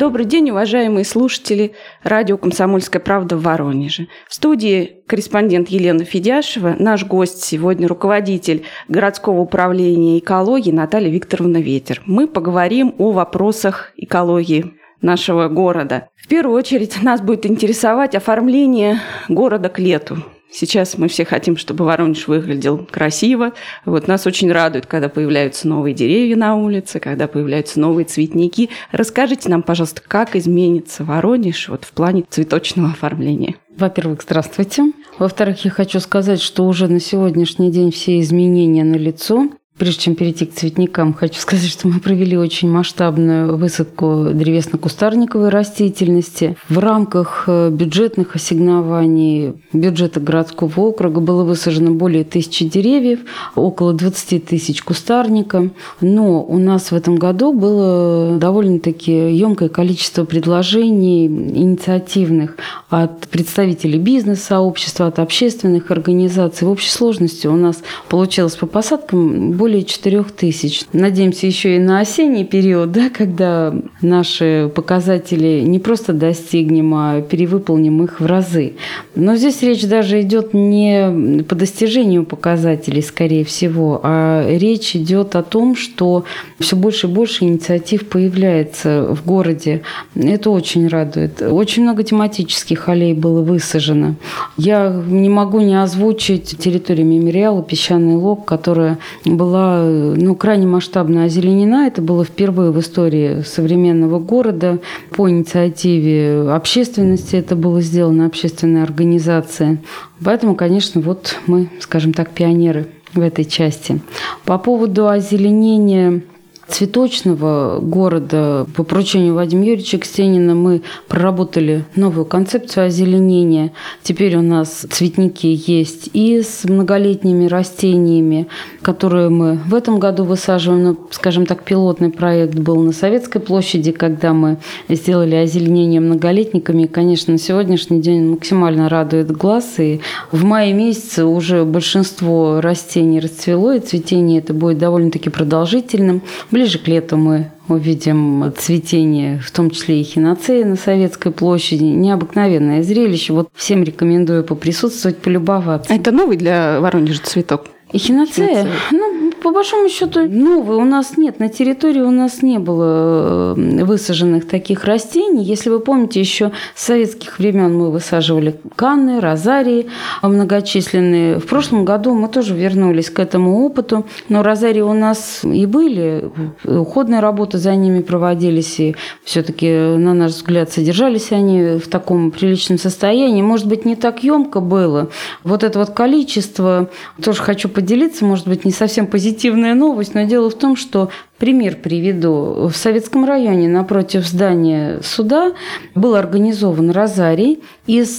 Добрый день, уважаемые слушатели радио «Комсомольская правда» в Воронеже. В студии корреспондент Елена Федяшева, наш гость сегодня руководитель городского управления экологии Наталья Викторовна Ветер. Мы поговорим о вопросах экологии нашего города. В первую очередь нас будет интересовать оформление города к лету. Сейчас мы все хотим, чтобы Воронеж выглядел красиво. Нас очень радует, когда появляются новые деревья на улице, когда появляются новые цветники. Расскажите нам, пожалуйста, как изменится Воронеж в плане цветочного оформления? Во-первых, здравствуйте. Во-вторых, я хочу сказать, что уже на сегодняшний день все изменения налицо. Прежде чем перейти к цветникам, хочу сказать, что мы провели очень масштабную высадку древесно-кустарниковой растительности. В рамках бюджетных ассигнований бюджета городского округа было высажено более 1000 деревьев, около 20 тысяч кустарника. Но у нас в этом году было довольно-таки емкое количество предложений инициативных от представителей бизнес-сообщества, от общественных организаций. В общей сложности у нас получилось по посадкам более 4000. Надеемся еще и на осенний период, когда наши показатели не просто достигнем, а перевыполним их в разы. Но здесь речь даже идет не по достижению показателей, скорее всего, а речь идет о том, что все больше и больше инициатив появляется в городе. Это очень радует. Очень много тематических аллей было высажено. Я не могу не озвучить территорию мемориала «Песчаный лог», которая была крайне масштабно озеленена. Это было впервые в истории современного города. По инициативе общественности это было сделано, общественной организации. Поэтому, конечно, мы, скажем так, пионеры в этой части. По поводу озеленения цветочного города по поручению Вадима Юрьевича Кстенина мы проработали новую концепцию озеленения. Теперь у нас цветники есть и с многолетними растениями, которые мы в этом году высаживаем. Скажем так, пилотный проект был на Советской площади, когда мы сделали озеленение многолетниками. И, конечно, на сегодняшний день максимально радует глаз. И в мае месяце уже большинство растений расцвело, и цветение это будет довольно-таки продолжительным. Ближе к лету мы увидим цветение, в том числе и хиноцеи на Советской площади. Необыкновенное зрелище. Всем рекомендую поприсутствовать, полюбоваться. Это новый для Воронежа цветок? И хиноцея? По большому счету, новый у нас нет. На территории у нас не было высаженных таких растений. Если вы помните, еще с советских времен мы высаживали канны, розарии многочисленные. В прошлом году мы тоже вернулись к этому опыту. Но розарии у нас и были, уходные работы за ними проводились. И все-таки, на наш взгляд, содержались они в таком приличном состоянии. Может быть, не так емко было. Это количество, тоже хочу поделиться, может быть, не совсем позитивная новость, но дело в том, что пример приведу. В Советском районе напротив здания суда был организован розарий. Из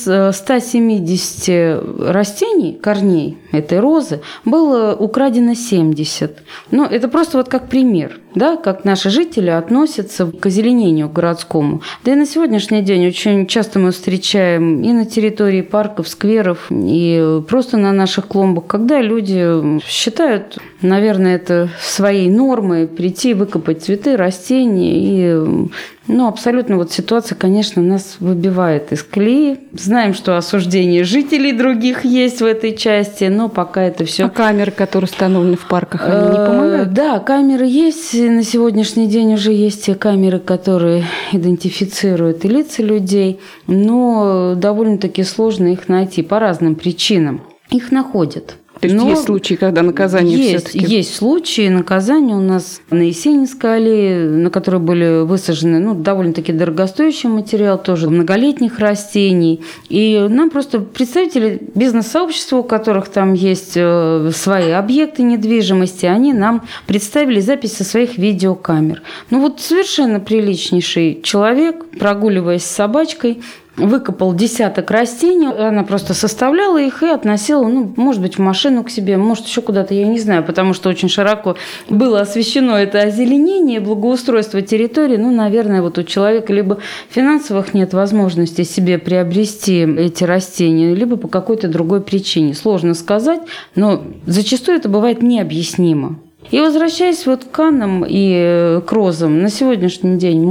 170 растений, корней этой розы, было украдено 70. Это просто как пример, как наши жители относятся к озеленению городскому. Да и на сегодняшний день очень часто мы встречаем и на территории парков, скверов, и просто на наших клумбах, когда люди считают, наверное, это своей нормой прийти, выкопать цветы, растения. И, абсолютно ситуация, конечно, нас выбивает из колеи. Знаем, что осуждение жителей других есть в этой части, но пока это все. А камеры, которые установлены в парках, они не помогают? Да, камеры есть. На сегодняшний день уже есть те камеры, которые идентифицируют и лица людей, но довольно-таки сложно их найти по разным причинам. Их находят. То есть есть случаи, когда наказание все-таки... Есть случаи наказания у нас на Есенинской аллее, на которой были высажены довольно-таки дорогостоящий материал, тоже многолетних растений. И нам просто представители бизнес-сообщества, у которых там есть свои объекты недвижимости, они нам представили запись со своих видеокамер. Совершенно приличнейший человек, прогуливаясь с собачкой, выкопал десяток растений, она просто составляла их и относила, может быть, в машину к себе, может, еще куда-то, я не знаю, потому что очень широко было освещено это озеленение, благоустройство территории. Наверное, у человека либо финансовых нет возможности себе приобрести эти растения, либо по какой-то другой причине. Сложно сказать, но зачастую это бывает необъяснимо. И возвращаясь к каннам и к розам, на сегодняшний день мы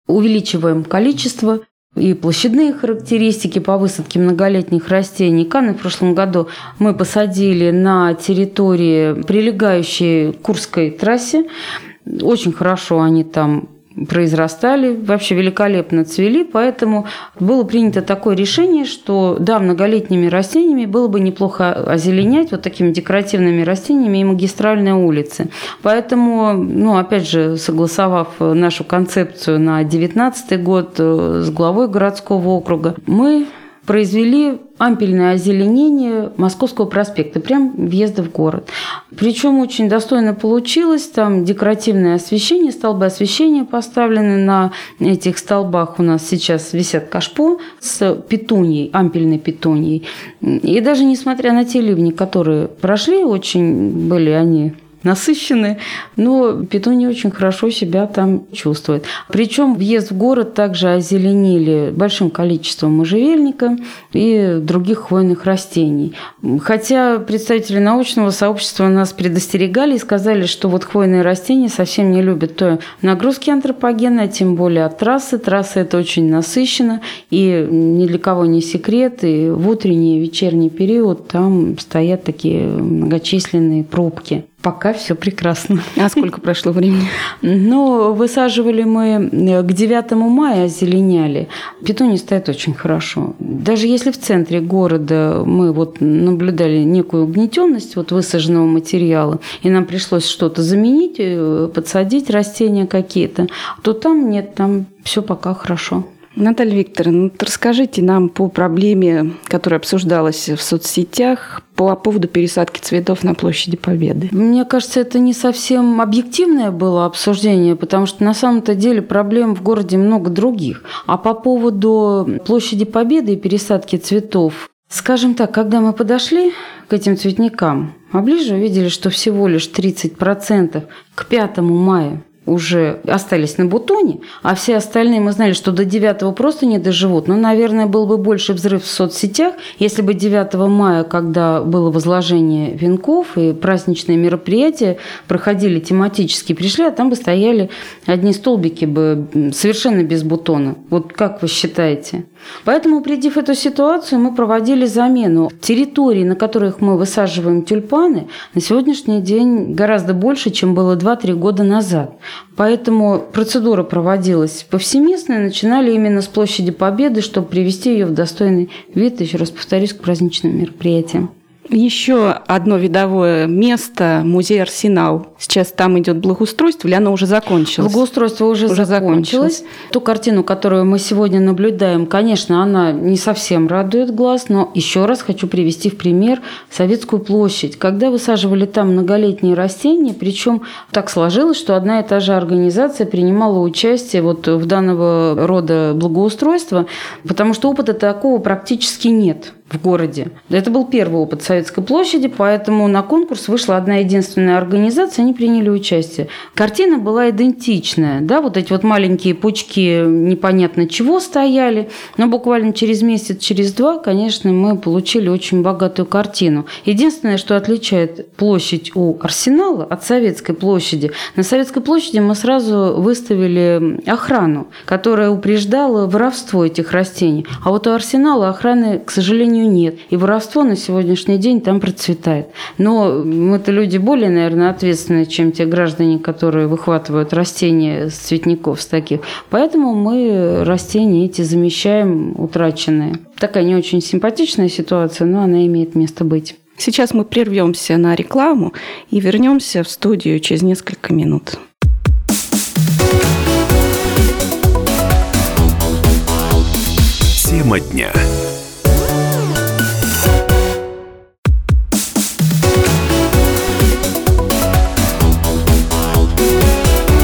увеличиваем количество и площадные характеристики по высадке многолетних растений. Каны в прошлом году мы посадили на территории, прилегающей к Курской трассе. Очень хорошо они там произрастали, вообще великолепно цвели, поэтому было принято такое решение, что да, многолетними растениями было бы неплохо озеленять вот такими декоративными растениями и магистральные улицы. Поэтому, опять же, согласовав нашу концепцию на 2019 год с главой городского округа, мы произвели ампельное озеленение Московского проспекта, прямо въезда в город. Причем очень достойно получилось. Там декоративное освещение, столбы освещения поставлены на этих столбах. У нас сейчас висят кашпо с петунией, ампельной петунией. И даже несмотря на те ливни, которые прошли, очень были они насыщены, но петуния очень хорошо себя там чувствует. Причем въезд в город также озеленили большим количеством можжевельника и других хвойных растений. Хотя представители научного сообщества нас предостерегали и сказали, что вот хвойные растения совсем не любят той нагрузки антропогенной, тем более от трассы. Трасса это очень насыщена, и ни для кого не секрет, и в утренний и вечерний период там стоят такие многочисленные пробки. Пока все прекрасно. А сколько прошло времени? Высаживали мы к 9 мая, озеленяли. Петунии стоят очень хорошо. Даже если в центре города мы наблюдали некую угнетенность высаженного материала, и нам пришлось что-то заменить, подсадить растения какие-то, то там нет, там все пока хорошо. Наталья Викторовна, расскажите нам по проблеме, которая обсуждалась в соцсетях по поводу пересадки цветов на площади Победы. Мне кажется, это не совсем объективное было обсуждение, потому что на самом-то деле проблем в городе много других. А по поводу площади Победы и пересадки цветов, скажем так, когда мы подошли к этим цветникам, а ближе увидели, что всего лишь 30% к 5 мая уже остались на бутоне, а все остальные, мы знали, что до 9 просто не доживут. Наверное, был бы больше взрыв в соцсетях, если бы 9 мая, когда было возложение венков и праздничные мероприятия проходили тематически, пришли, а там бы стояли одни столбики бы совершенно без бутона. Вот как вы считаете? Поэтому, упредив эту ситуацию, мы проводили замену территорий, на которых мы высаживаем тюльпаны, на сегодняшний день гораздо больше, чем было 2-3 года назад. Поэтому процедура проводилась повсеместно, и начинали именно с площади Победы, чтобы привести ее в достойный вид, еще раз повторюсь, к праздничным мероприятиям. Еще одно видовое место – музей «Арсенал». Сейчас там идет благоустройство, или оно уже закончилось? Благоустройство уже закончилось. Ту картину, которую мы сегодня наблюдаем, конечно, она не совсем радует глаз, но еще раз хочу привести в пример Советскую площадь. Когда высаживали там многолетние растения, причем так сложилось, что одна и та же организация принимала участие в данного рода благоустройства, потому что опыта такого практически нет в городе. Это был первый опыт Советской площади, поэтому на конкурс вышла одна единственная организация, они приняли участие. Картина была идентичная, эти маленькие пучки непонятно чего стояли, но буквально через месяц, через два, конечно, мы получили очень богатую картину. Единственное, что отличает площадь у Арсенала от Советской площади, на Советской площади мы сразу выставили охрану, которая упреждала воровство этих растений, а вот у Арсенала охраны, к сожалению, нет. И воровство на сегодняшний день там процветает. Но мы-то люди более, наверное, ответственные, чем те граждане, которые выхватывают растения с цветников с таких. Поэтому мы растения эти замещаем утраченные. Такая не очень симпатичная ситуация, но она имеет место быть. Сейчас мы прервемся на рекламу и вернемся в студию через несколько минут. Тема дня.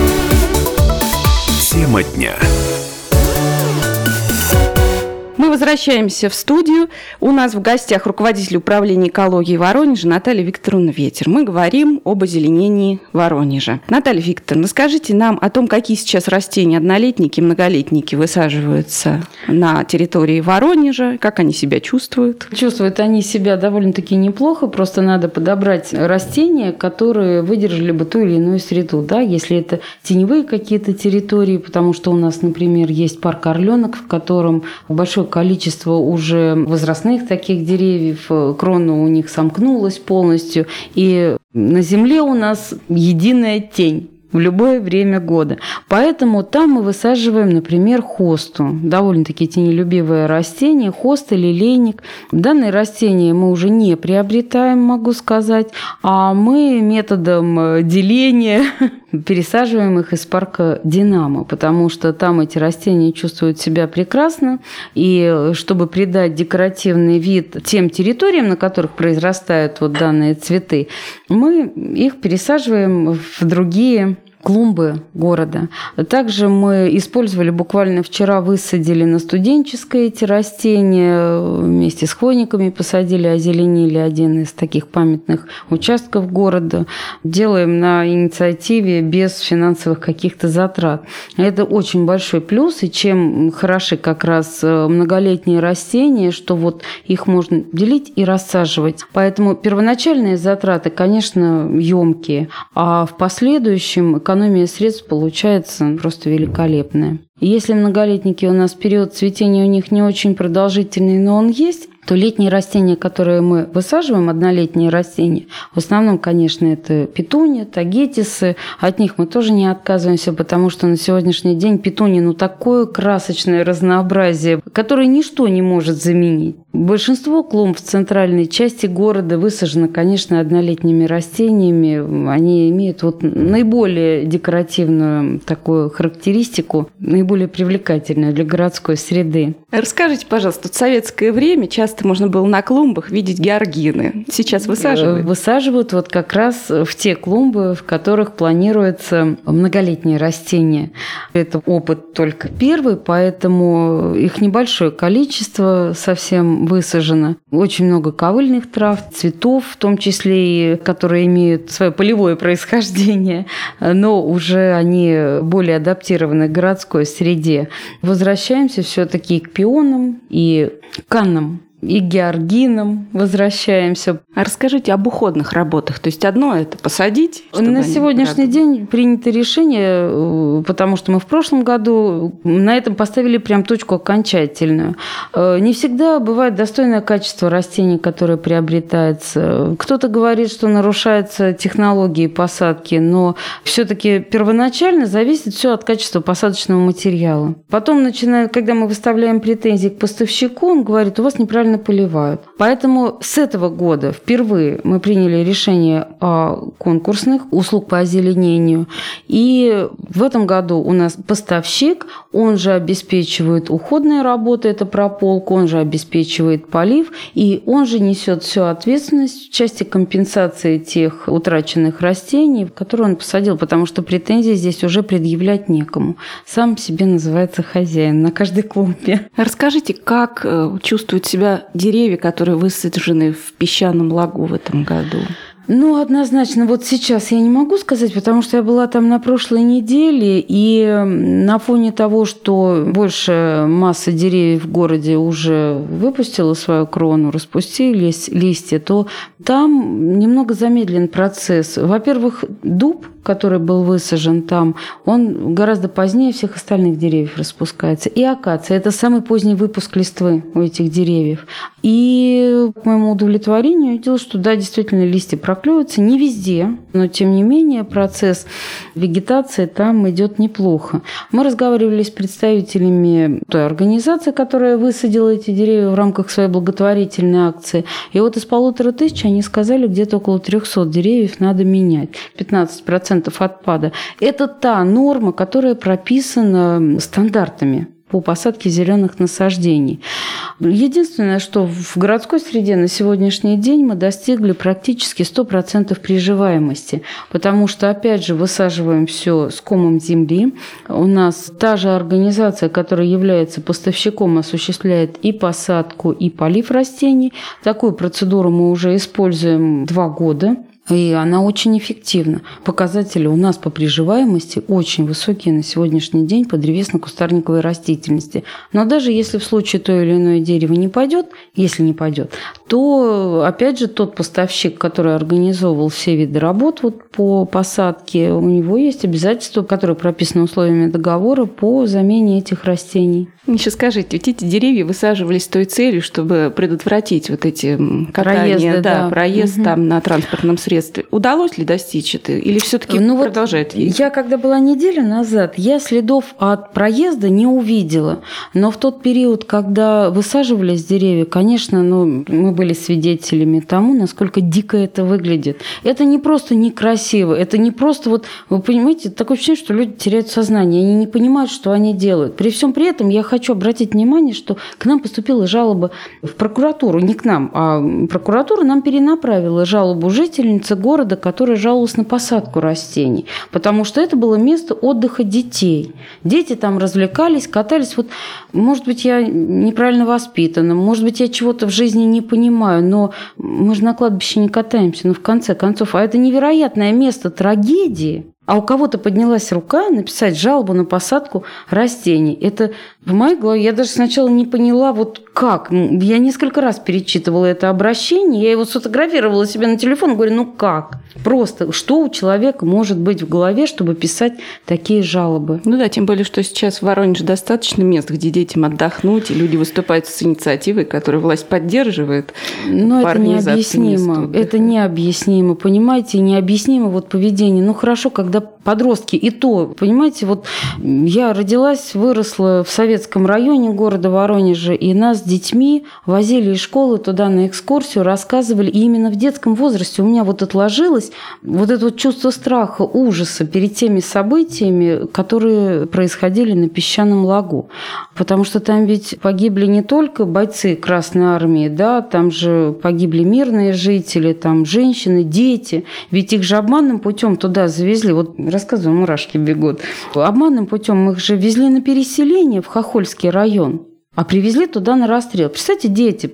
Тема дня. Мы Возвращаемся в студию. У нас в гостях руководитель управления экологии Воронежа Наталья Викторовна Ветер. Мы говорим об озеленении Воронежа. Наталья Викторовна, скажите нам о том, какие сейчас растения однолетники, многолетники высаживаются на территории Воронежа, как они себя чувствуют? Чувствуют они себя довольно-таки неплохо, просто надо подобрать растения, которые выдержали бы ту или иную среду. Да? Если это теневые какие-то территории, потому что у нас, например, есть парк Орленок, в котором большое количество уже возрастных таких деревьев, крона у них сомкнулась полностью, и на земле у нас единая тень в любое время года. Поэтому там мы высаживаем, например, хосту. Довольно-таки тенелюбивое растение, хоста, лилейник. Данные растения мы уже не приобретаем, могу сказать, а мы методом деления пересаживаем их из парка «Динамо», потому что там эти растения чувствуют себя прекрасно. И чтобы придать декоративный вид тем территориям, на которых произрастают вот данные цветы, мы их пересаживаем в другие клумбы города. Также мы использовали, буквально вчера высадили на Студенческой эти растения, вместе с хвойниками посадили, озеленили один из таких памятных участков города. Делаем на инициативе без финансовых каких-то затрат. Это очень большой плюс, и чем хороши как раз многолетние растения, что вот их можно делить и рассаживать. Поэтому первоначальные затраты, конечно, емкие, а в последующем экономия средств получается просто великолепная. И если многолетники у нас период цветения у них не очень продолжительный, но он есть, то летние растения, которые мы высаживаем, однолетние растения, в основном, конечно, это петуния, тагетисы. От них мы тоже не отказываемся, потому что на сегодняшний день петуния, такое красочное разнообразие, которое ничто не может заменить. Большинство клумб в центральной части города высажено, конечно, однолетними растениями. Они имеют наиболее декоративную такую характеристику, наиболее привлекательную для городской среды. Расскажите, пожалуйста, в советское время часто можно было на клумбах видеть георгины. Сейчас высаживают? Высаживают как раз в те клумбы, в которых планируется многолетние растения. Это опыт только первый, поэтому их небольшое количество совсем высажено. Очень много ковыльных трав, цветов, в том числе и которые имеют свое полевое происхождение, но уже они более адаптированы к городской среде. Возвращаемся все-таки к пионам и каннам. И к георгинам возвращаемся. А расскажите об уходных работах. То есть одно это посадить? На сегодняшний день принято решение, потому что мы в прошлом году на этом поставили прям точку окончательную. Не всегда бывает достойное качество растений, которое приобретается. Кто-то говорит, что нарушаются технологии посадки, но все-таки первоначально зависит все от качества посадочного материала. Потом, когда мы выставляем претензии к поставщику, он говорит, у вас неправильно поливают. Поэтому с этого года впервые мы приняли решение о конкурсных услуг по озеленению. И в этом году у нас поставщик, он же обеспечивает уходные работы, это прополка, он же обеспечивает полив, и он же несет всю ответственность в части компенсации тех утраченных растений, которые он посадил, потому что претензий здесь уже предъявлять некому. Сам себе называется хозяин на каждой клумбе. Расскажите, как чувствуют себя деревья, которые высажены в песчаном лагу в этом году? Однозначно, сейчас я не могу сказать, потому что я была там на прошлой неделе, и на фоне того, что большая масса деревьев в городе уже выпустила свою крону, распустились листья, то там немного замедлен процесс. Во-первых, дуб, который был высажен там, он гораздо позднее всех остальных деревьев распускается. И акация – это самый поздний выпуск листвы у этих деревьев. И к моему удовлетворению я видела, что да, действительно, листья проклюются не везде, но тем не менее процесс вегетации там идет неплохо. Мы разговаривали с представителями той организации, которая высадила эти деревья в рамках своей благотворительной акции. И из 1500 они сказали, где-то около 300 деревьев надо менять. 15% отпада. Это та норма, которая прописана стандартами. по посадке зеленых насаждений. Единственное, что в городской среде на сегодняшний день мы достигли практически 100% приживаемости, потому что, опять же, высаживаем все с комом земли. У нас та же организация, которая является поставщиком, осуществляет и посадку, и полив растений. Такую процедуру мы уже используем 2 года. И она очень эффективна. Показатели у нас по приживаемости очень высокие на сегодняшний день по древесно-кустарниковой растительности. Но даже если в случае то или иное дерево не пойдет, если не пойдет, то опять же тот поставщик, который организовывал все виды работ по посадке, у него есть обязательства, которые прописаны условиями договора по замене этих растений. Еще скажите, ведь эти деревья высаживались с той целью, чтобы предотвратить вот эти катания, проезд там на транспортном средстве. Удалось ли достичь это? Или все-таки продолжает ездить? Я когда была неделю назад, я следов от проезда не увидела. Но в тот период, когда высаживались деревья, конечно, мы были свидетелями тому, насколько дико это выглядит. Это не просто некрасиво, это не просто вы понимаете, такое ощущение, что люди теряют сознание, они не понимают, что они делают. При всем при этом я хочу обратить внимание, что к нам поступила жалоба в прокуратуру, не к нам, а прокуратура нам перенаправила жалобу жительницы города, которая жаловалась на посадку растений, потому что это было место отдыха детей. Дети там развлекались, катались. Может быть, я неправильно воспитана, может быть, я чего-то в жизни не понимаю, но мы же на кладбище не катаемся, в конце концов. А это невероятное место трагедии. А у кого-то поднялась рука написать жалобу на посадку растений. Это в моей голове, я даже сначала не поняла, как. Я несколько раз перечитывала это обращение, я его сфотографировала себе на телефон, говорю, как? Просто, что у человека может быть в голове, чтобы писать такие жалобы? Тем более, что сейчас в Воронеже достаточно мест, где детям отдохнуть, и люди выступают с инициативой, которую власть поддерживает. Но это необъяснимо. Это необъяснимо, понимаете, необъяснимо поведение. Хорошо, когда подростки, и то, понимаете, я родилась, выросла в советском районе города Воронежа, и нас с детьми возили из школы туда на экскурсию, рассказывали, и именно в детском возрасте у меня отложилось это чувство страха, ужаса перед теми событиями, которые происходили на Песчаном лагу. Потому что там ведь погибли не только бойцы Красной Армии, там же погибли мирные жители, там женщины, дети, ведь их же обманным путем туда завезли, рассказываю, мурашки бегут. Обманным путем их же везли на переселение в Хохольский район, а привезли туда на расстрел. Представьте, дети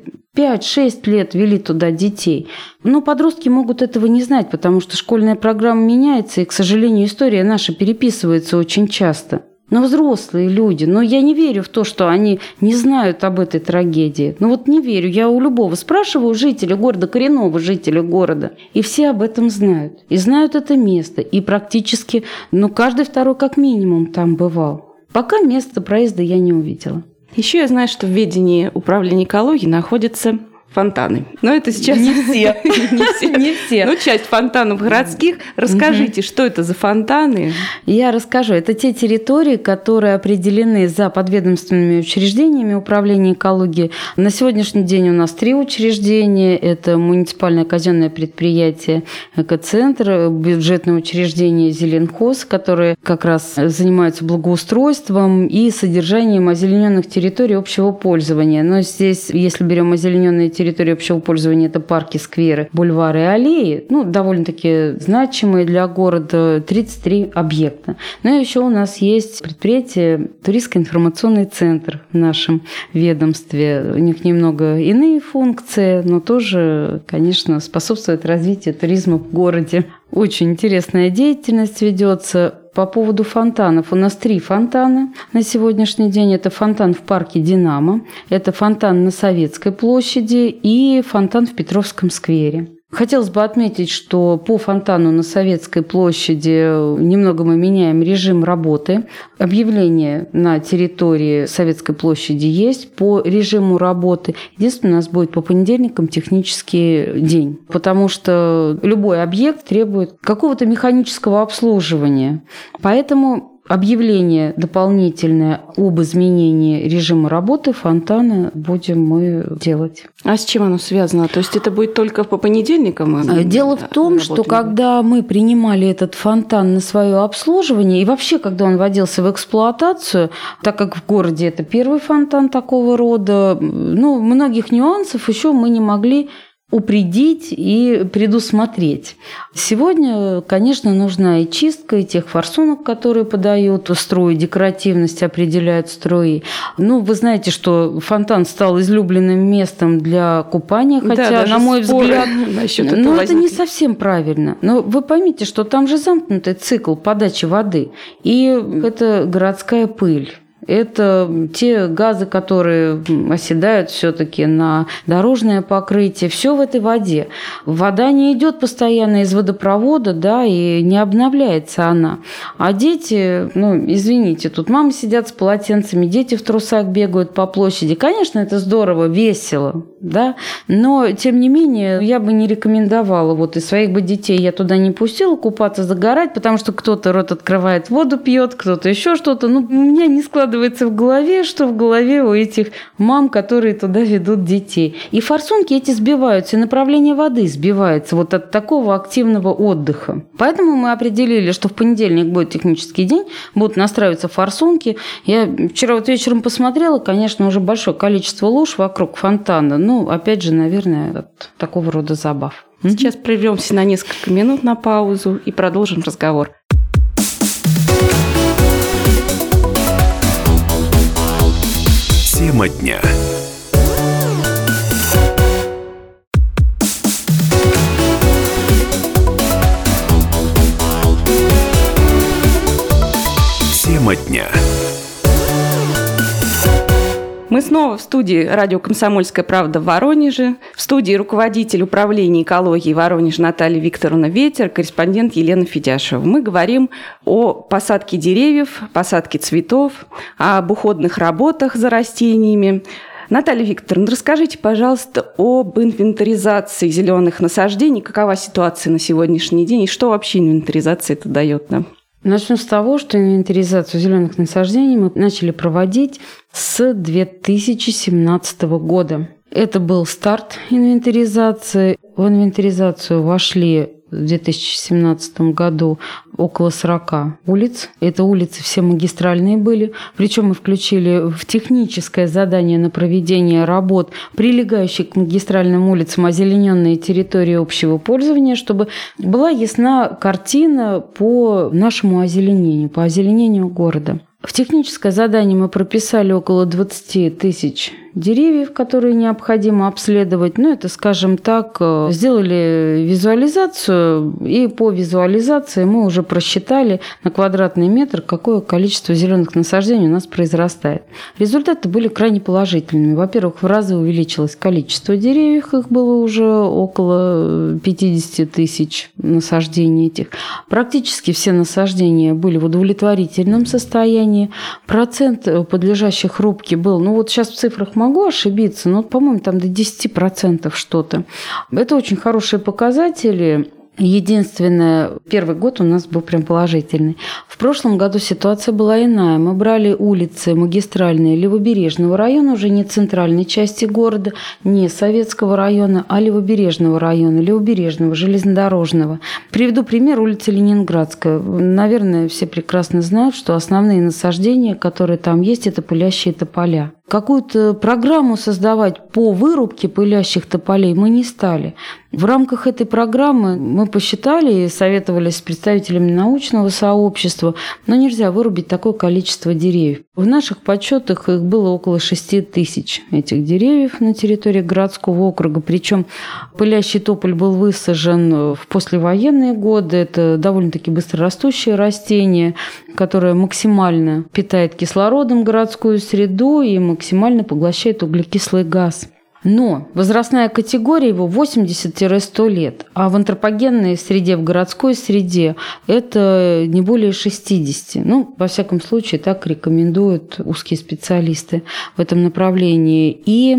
5-6 лет вели туда детей. Но подростки могут этого не знать, потому что школьная программа меняется, и, к сожалению, история наша переписывается очень часто. Но взрослые люди, я не верю в то, что они не знают об этой трагедии. Не верю. Я у любого спрашиваю, жителя города, коренного жителя города, и все об этом знают. И знают это место. И практически, каждый второй как минимум там бывал. Пока место проезда я не увидела. Еще я знаю, что в ведении управления экологии находятся фонтаны. Но это сейчас не все. Не все. Часть фонтанов городских. Расскажите, что это за фонтаны? Я расскажу. Это те территории, которые определены за подведомственными учреждениями управления экологии. На сегодняшний день у нас 3 учреждения. Это муниципальное казенное предприятие «Экоцентр», бюджетное учреждение «Зеленхоз», которые как раз занимаются благоустройством и содержанием озелененных территорий общего пользования. Но здесь, если берем озелененные территории общего пользования, это парки, скверы, бульвары и аллеи, довольно-таки значимые для города, 33 объекта. Но еще у нас есть предприятие «Туристско-информационный центр» в нашем ведомстве. У них немного иные функции, но тоже, конечно, способствует развитию туризма в городе. Очень интересная деятельность ведется. По поводу фонтанов. У нас 3 фонтана на сегодняшний день. Это фонтан в парке «Динамо», это фонтан на Советской площади и фонтан в Петровском сквере. Хотелось бы отметить, что по фонтану на Советской площади немного мы меняем режим работы. Объявление на территории Советской площади есть по режиму работы. Единственное, у нас будет по понедельникам технический день, потому что любой объект требует какого-то механического обслуживания. Поэтому объявление дополнительное об изменении режима работы фонтана будем мы делать. А с чем оно связано? То есть это будет только по понедельникам? Дело в том, что когда мы принимали этот фонтан на свое обслуживание, и вообще, когда он вводился в эксплуатацию, так как в городе это первый фонтан такого рода, многих нюансов еще мы не могли упредить и предусмотреть. Сегодня, конечно, нужна и чистка, и тех форсунок, которые подают струи, декоративность определяют струи. Вы знаете, что фонтан стал излюбленным местом для купания, хотя, на мой взгляд, это не совсем правильно. Но вы поймите, что там же замкнутый цикл подачи воды, и это городская пыль. Это те газы, которые оседают все-таки на дорожное покрытие. Все в этой воде. Вода не идет постоянно из водопровода, и не обновляется она. А дети, извините, тут мамы сидят с полотенцами, дети в трусах бегают по площади. Конечно, это здорово, весело, но, тем не менее, я бы не рекомендовала. И своих бы детей я туда не пустила купаться, загорать, потому что кто-то рот открывает, воду пьет, кто-то еще что-то. У меня не складывается в голове, что в голове у этих мам, которые туда ведут детей. И форсунки эти сбиваются, и направление воды сбивается от такого активного отдыха. Поэтому мы определили, что в понедельник будет технический день, будут настраиваться форсунки. Я вчера вечером посмотрела, конечно, уже большое количество луж вокруг фонтана. Опять же, наверное, от такого рода забав. Сейчас прервемся на несколько минут на паузу и продолжим разговор. Тема дня. Тема дня. Мы снова в студии радио «Комсомольская правда» в Воронеже. В студии руководитель управления экологии Воронеж Наталья Викторовна Ветер, корреспондент Елена Федяшева. Мы говорим о посадке деревьев, посадке цветов, об уходных работах за растениями. Наталья Викторовна, расскажите, пожалуйста, об инвентаризации зеленых насаждений. Какова ситуация на сегодняшний день и что вообще инвентаризация это дает нам? Начну с того, что инвентаризацию зеленых насаждений мы начали проводить с 2017 года. Это был старт инвентаризации. В инвентаризацию вошли в 2017 году около 40 улиц. Это улицы все магистральные были. Причем мы включили в техническое задание на проведение работ, прилегающих к магистральным улицам, озелененные территории общего пользования, чтобы была ясна картина по нашему озеленению, по озеленению города. В техническое задание мы прописали около 20 тысяч деревьев, которые необходимо обследовать. Это, скажем так, сделали визуализацию, и по визуализации мы уже просчитали на квадратный метр, какое количество зеленых насаждений у нас произрастает. Результаты были крайне положительными. Во-первых, в разы увеличилось количество деревьев, их было уже около 50 тысяч насаждений этих. Практически все насаждения были в удовлетворительном состоянии. Процент подлежащих рубке был, сейчас в цифрах могу ошибиться, но, по-моему, там до 10% что-то. Это очень хорошие показатели. Единственное, первый год у нас был прям положительный. В прошлом году ситуация была иная. Мы брали улицы магистральные Левобережного района, уже не центральной части города, не Советского района, а Левобережного района, Левобережного, железнодорожного. Приведу пример улицы Ленинградская. Наверное, все прекрасно знают, что основные насаждения, которые там есть, это пылящие тополя. Какую-то программу создавать по вырубке пылящих тополей мы не стали. В рамках этой программы мы посчитали и советовались с представителями научного сообщества, но нельзя вырубить такое количество деревьев. В наших подсчетах их было около 6 тысяч этих деревьев на территории городского округа. Причем пылящий тополь был высажен в послевоенные годы. Это довольно-таки быстрорастущее растение, которое максимально питает кислородом городскую среду и максимально поглощает углекислый газ. Но возрастная категория его 80-100 лет, а в антропогенной среде, в городской среде это не более 60. Ну, во всяком случае, так рекомендуют узкие специалисты в этом направлении. И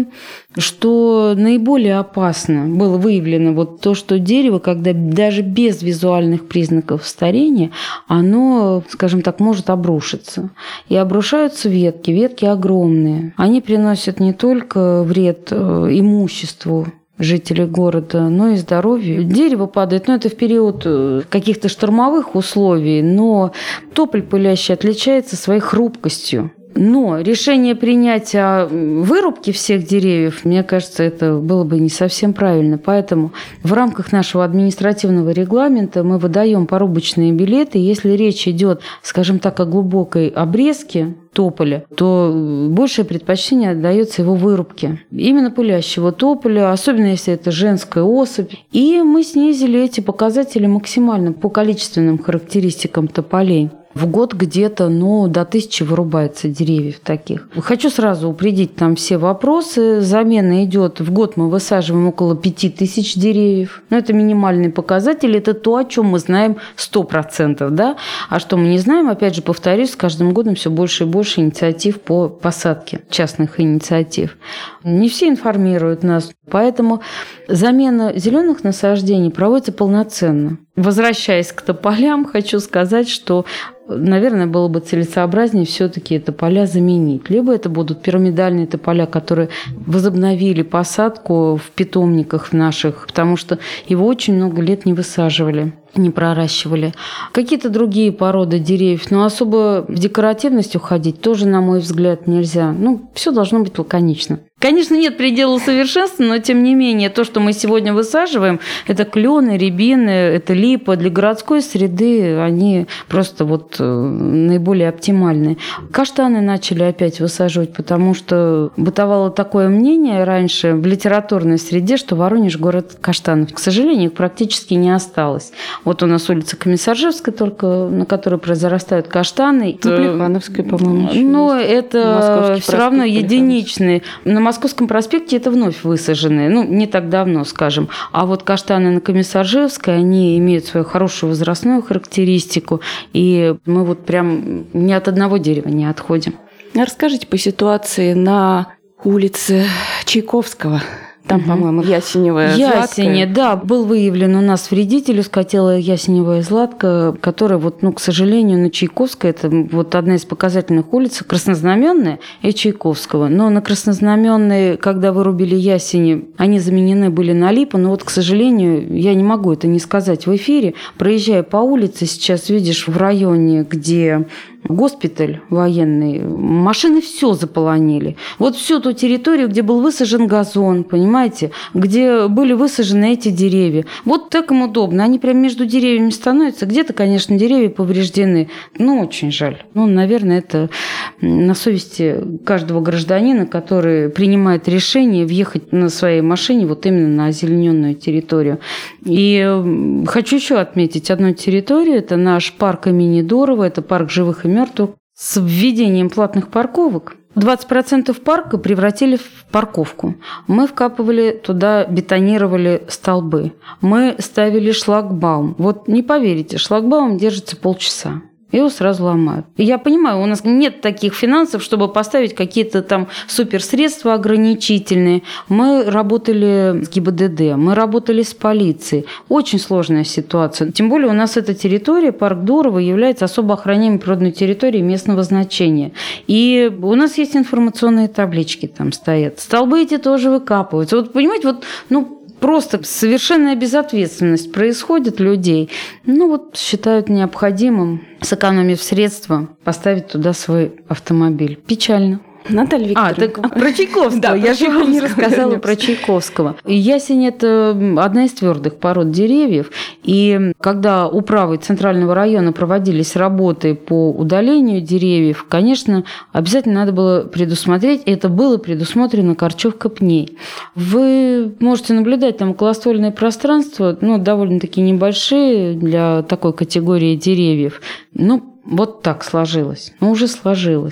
что наиболее опасно, было выявлено вот то, что дерево, когда даже без визуальных признаков старения, оно, скажем так, может обрушиться. И обрушаются ветки, ветки огромные. Они приносят не только вред имуществу жителей города, но и здоровью. Дерево падает, это в период каких-то штормовых условий, но тополь пылящий отличается своей хрупкостью. Но решение принять о вырубке всех деревьев, мне кажется, это было бы не совсем правильно. Поэтому в рамках нашего административного регламента мы выдаем порубочные билеты. Если речь идет, скажем так, о глубокой обрезке тополя, то большее предпочтение отдается его вырубке. Именно пылящего тополя, особенно если это женская особь. И мы снизили эти показатели максимально по количественным характеристикам тополей. В год где-то, до 1000 вырубается деревьев таких. Хочу сразу упредить там все вопросы. Замена идет, в год мы высаживаем около 5000 деревьев. Это минимальный показатель, это то, о чем мы знаем 100%. Да? А что мы не знаем, опять же, повторюсь, с каждым годом все больше и больше инициатив по посадке, частных инициатив. Не все информируют нас, поэтому замена зеленых насаждений проводится полноценно. Возвращаясь к тополям, хочу сказать, что, наверное, было бы целесообразнее все-таки тополя заменить. Либо это будут пирамидальные тополя, которые возобновили посадку в питомниках наших, потому что его очень много лет не высаживали, не проращивали. Какие-то другие породы деревьев, но особо в декоративность уходить тоже, на мой взгляд, нельзя. Все должно быть лаконично. Конечно, нет предела совершенства, но тем не менее, то, что мы сегодня высаживаем, это клены, рябины, это липа. Для городской среды они просто наиболее оптимальны. Каштаны начали опять высаживать, потому что бытовало такое мнение раньше в литературной среде, что Воронеж – город каштанов. К сожалению, их практически не осталось. Вот у нас улица Комиссаржевская, только на которой произрастают каштаны. Плехановская, по-моему, еще но есть. Это все равно единичные. На Московском проспекте это вновь высаженные, не так давно, скажем. А вот каштаны на Комиссаржевской, они имеют свою хорошую возрастную характеристику, и мы прям ни от одного дерева не отходим. Расскажите по ситуации на улице Чайковского. Там, по-моему, ясеневая златка. Да, был выявлен у нас вредитель, ускотелая ясеневая златка, которая, к сожалению, на Чайковской, это одна из показательных улиц, Краснознаменная и Чайковского. Но на Краснознаменной, когда вырубили ясени, они заменены были на липы, но к сожалению, я не могу это не сказать в эфире. Проезжая по улице, сейчас видишь в районе, где госпиталь военный, машины все заполонили. Всю ту территорию, где был высажен газон, понимаете, где были высажены эти деревья. Так им удобно. Они прям между деревьями становятся. Где-то, конечно, деревья повреждены. Очень жаль. Наверное, это на совести каждого гражданина, который принимает решение въехать на своей машине именно на озелененную территорию. И хочу еще отметить одну территорию. Это наш парк имени Дорова, это парк живых и мертвых. С введением платных парковок 20% парка превратили в парковку. Мы вкапывали туда, бетонировали столбы. Мы ставили шлагбаум. Не поверите, шлагбаум держится полчаса. Его сразу ломают. И я понимаю, у нас нет таких финансов, чтобы поставить какие-то там суперсредства ограничительные. Мы работали с ГИБДД, мы работали с полицией. Очень сложная ситуация. Тем более у нас эта территория, парк Дорова, является особо охраняемой природной территорией местного значения. И у нас есть информационные таблички там стоят. Столбы эти тоже выкапываются. Понимаете, просто совершенная безответственность происходит людей. Считают необходимым, сэкономив средства, поставить туда свой автомобиль. Печально. Наталья Викторовна. Про Чайковского. Да, я же вам не рассказала про Чайковского. Ясень – это одна из твердых пород деревьев. И когда управой Центрального района проводились работы по удалению деревьев, конечно, обязательно надо было предусмотреть, и это было предусмотрено корчевка пней. Вы можете наблюдать там околоствольные пространства, довольно-таки небольшие для такой категории деревьев. Так сложилось. Уже сложилось.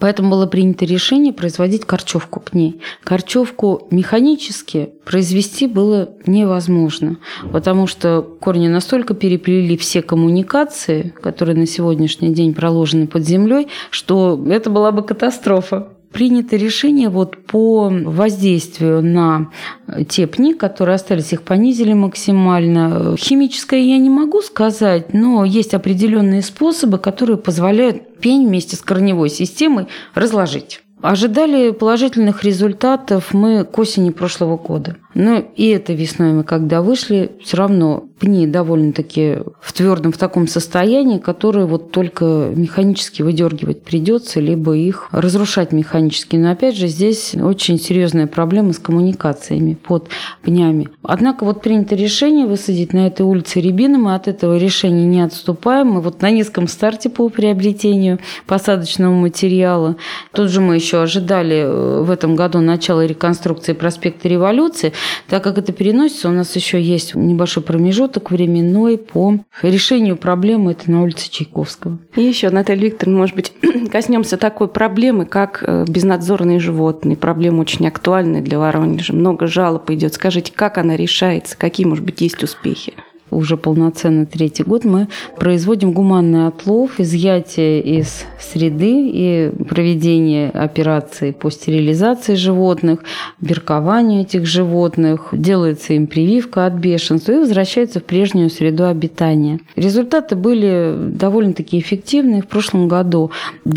Поэтому было принято решение производить корчевку пней. Корчевку механически произвести было невозможно, потому что корни настолько переплели все коммуникации, которые на сегодняшний день проложены под землей, что это была бы катастрофа. Принято решение по воздействию на те пни, которые остались, их понизили максимально. Химическое я не могу сказать, но есть определенные способы, которые позволяют пень вместе с корневой системой разложить. Ожидали положительных результатов мы к осени прошлого года. Но и этой весной мы, когда вышли, все равно пни довольно-таки в твердом в таком состоянии, которые только механически выдергивать придется, либо их разрушать механически. Но опять же, здесь очень серьезная проблема с коммуникациями под пнями. Однако принято решение высадить на этой улице рябину. Мы от этого решения не отступаем. Мы на низком старте по приобретению посадочного материала. Тут же мы еще ожидали в этом году начала реконструкции проспекта Революции. Так как это переносится, у нас еще есть небольшой промежуток временной по решению проблемы, это на улице Чайковского. И еще, Наталья Викторовна, может быть, коснемся такой проблемы, как безнадзорные животные. Проблема очень актуальная для Воронежа. Много жалоб идет. Скажите, как она решается? Какие, может быть, есть успехи? Уже полноценно 3-й год мы производим гуманный отлов, изъятие из среды и проведение операций по стерилизации животных, биркованию этих животных, делается им прививка от бешенства и возвращается в прежнюю среду обитания. Результаты были довольно-таки эффективны. В прошлом году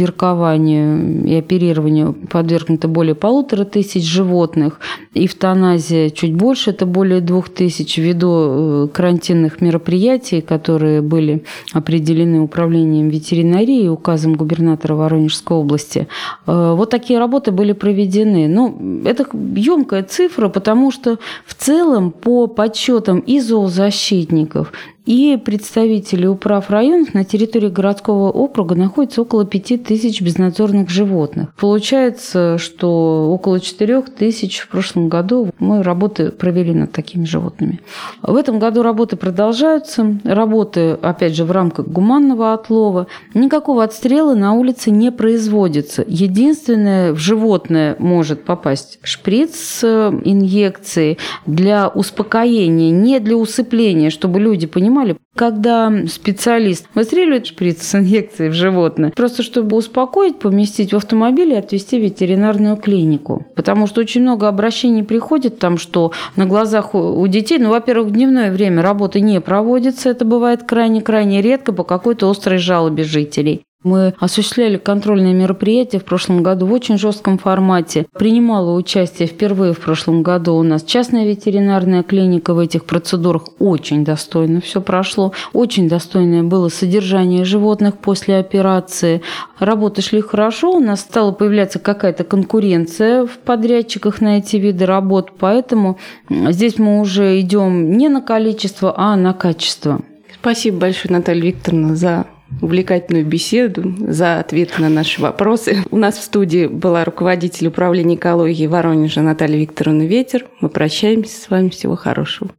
биркованию и оперированию подвергнуто более 1500 животных, эвтаназия чуть больше, это более 2000, ввиду карантинных мероприятий, которые были определены управлением ветеринарии и указом губернатора Воронежской области. Такие работы были проведены. Это емкая цифра, потому что в целом по подсчетам и зоозащитников, и представителей управ районов на территории городского округа находится около 5000 безнадзорных животных. Получается, что около 4000 в прошлом году мы работы провели над такими животными. В этом году работы продолжаются. Работы, опять же, в рамках гуманного отлова. Никакого отстрела на улице не производится. Единственное, в животное может попасть шприц с инъекцией для успокоения, не для усыпления, чтобы люди понимали, когда специалист выстреливает шприц с инъекцией в животное, просто чтобы успокоить, поместить в автомобиль и отвезти в ветеринарную клинику. Потому что очень много обращений приходит, что на глазах у детей, во-первых, в дневное время работы не проводится, это бывает крайне-крайне редко по какой-то острой жалобе жителей. Мы осуществляли контрольные мероприятия в прошлом году в очень жестком формате. Принимала участие впервые в прошлом году у нас частная ветеринарная клиника. В этих процедурах очень достойно все прошло. Очень достойное было содержание животных после операции. Работы шли хорошо. У нас стала появляться какая-то конкуренция в подрядчиках на эти виды работ. Поэтому здесь мы уже идем не на количество, а на качество. Спасибо большое, Наталья Викторовна, за увлекательную беседу, за ответы на наши вопросы. У нас в студии была руководитель управления экологии Воронежа Наталья Викторовна Ветер. Мы прощаемся с вами. Всего хорошего.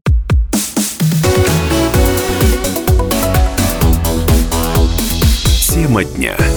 Тема дня.